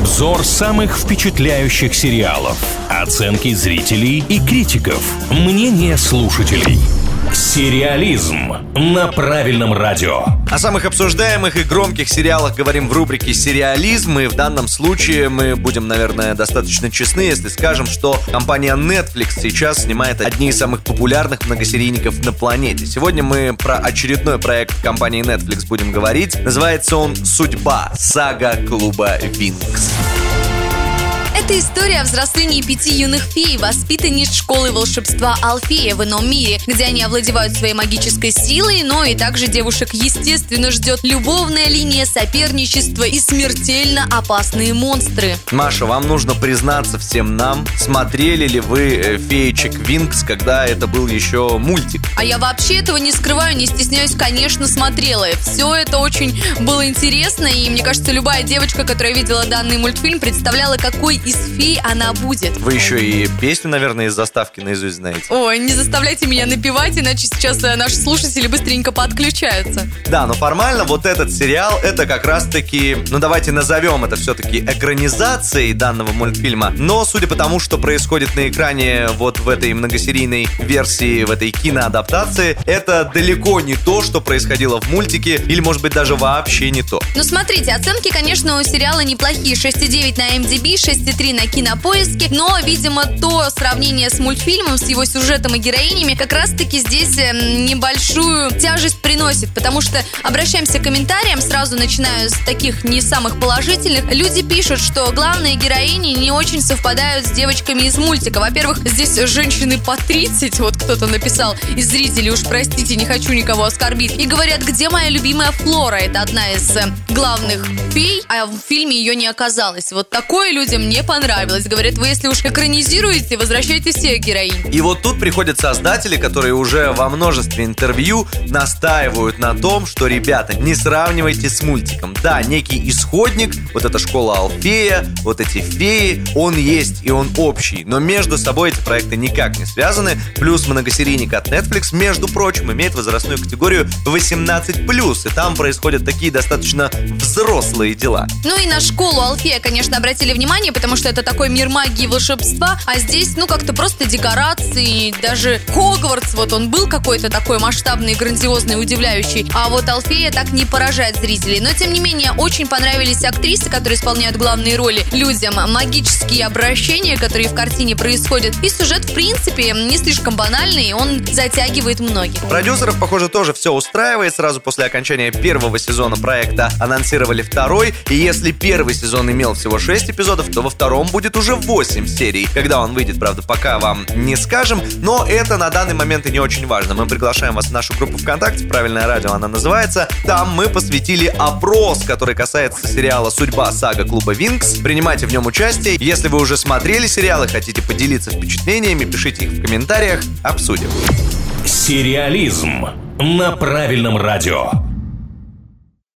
Обзор самых впечатляющих сериалов. Оценки зрителей и критиков. Мнение слушателей. Сериализм на правильном радио. О самых обсуждаемых и громких сериалах говорим в рубрике «Сериализм». И в данном случае мы будем, наверное, достаточно честны, если скажем, что компания Netflix сейчас снимает одни из самых популярных многосерийников на планете. Сегодня мы про очередной проект компании Netflix будем говорить. Называется он «Судьба. Сага клуба Винкс». Это история о взрослении 5 юных фей, воспитанниц школы волшебства Алфея в ином мире, где они овладевают своей магической силой, но и также девушек, естественно, ждет любовная линия, соперничество и смертельно опасные монстры. Маша, вам нужно признаться всем нам, смотрели ли вы «Феечек Винкс», когда это был еще мультик? А я вообще этого не скрываю, не стесняюсь, конечно, смотрела. Все это очень было интересно, и мне кажется, любая девочка, которая видела данный мультфильм, представляла, какой из фей она будет. Вы еще и песню, наверное, из заставки наизусть знаете. Ой, не заставляйте меня напевать, иначе сейчас наши слушатели быстренько подключаются. Да, но формально вот этот сериал, это как раз-таки, давайте назовем это все-таки экранизацией данного мультфильма. Но судя по тому, что происходит на экране вот в этой многосерийной версии, в этой киноадаптации, это далеко не то, что происходило в мультике, или, может быть, даже вообще не то. Ну, смотрите, оценки, конечно, у сериала неплохие. 6,9 на MDB, 6,3 на Кинопоиске, но, видимо, то сравнение с мультфильмом, с его сюжетом и героинями как раз-таки здесь небольшую тяжесть приносит, потому что обращаемся к комментариям, сразу начинаю с таких не самых положительных. Люди пишут, что главные героини не очень совпадают с девочками из мультика. Во-первых, здесь женщины по 30, вот кто-то написал из зрителей, уж простите, не хочу никого оскорбить, и говорят, где моя любимая Флора, это одна из главных фей, а в фильме ее не оказалось. Вот такое людям не понравилось. Говорят, вы если уж экранизируете, возвращайте всех героинь. И вот тут приходят создатели, которые уже во множестве интервью настаивают на том, что, ребята, не сравнивайте с мультиком. Да, некий исходник, вот эта школа Алфея, вот эти феи, он есть и он общий. Но между собой эти проекты никак не связаны. Плюс многосерийник от Netflix, между прочим, имеет возрастную категорию 18+. И там происходят такие достаточно взрослые дела. Ну и на школу Алфея, конечно, обратили внимание, потому что это такой мир магии и волшебства, а здесь, как-то просто декорации, даже Хогвартс, вот он был какой-то такой масштабный, грандиозный, удивляющий, а вот Алфея так не поражает зрителей. Но, тем не менее, очень понравились актрисы, которые исполняют главные роли людям, магические обращения, которые в картине происходят, и сюжет, в принципе, не слишком банальный, он затягивает многих. Продюсеров, похоже, тоже все устраивает. Сразу после окончания первого сезона проекта анонсировали второй, и если первый сезон имел всего 6 эпизодов, то во втором будет уже 8 серий. Когда он выйдет, правда, пока вам не скажем, но это на данный момент и не очень важно. Мы приглашаем вас в нашу группу ВКонтакте, «Правильное радио» она называется. Там мы посвятили опрос, который касается сериала «Судьба. Сага клуба Винкс». Принимайте в нем участие. Если вы уже смотрели сериал и хотите поделиться впечатлениями, пишите их в комментариях, обсудим. Сериализм на правильном радио.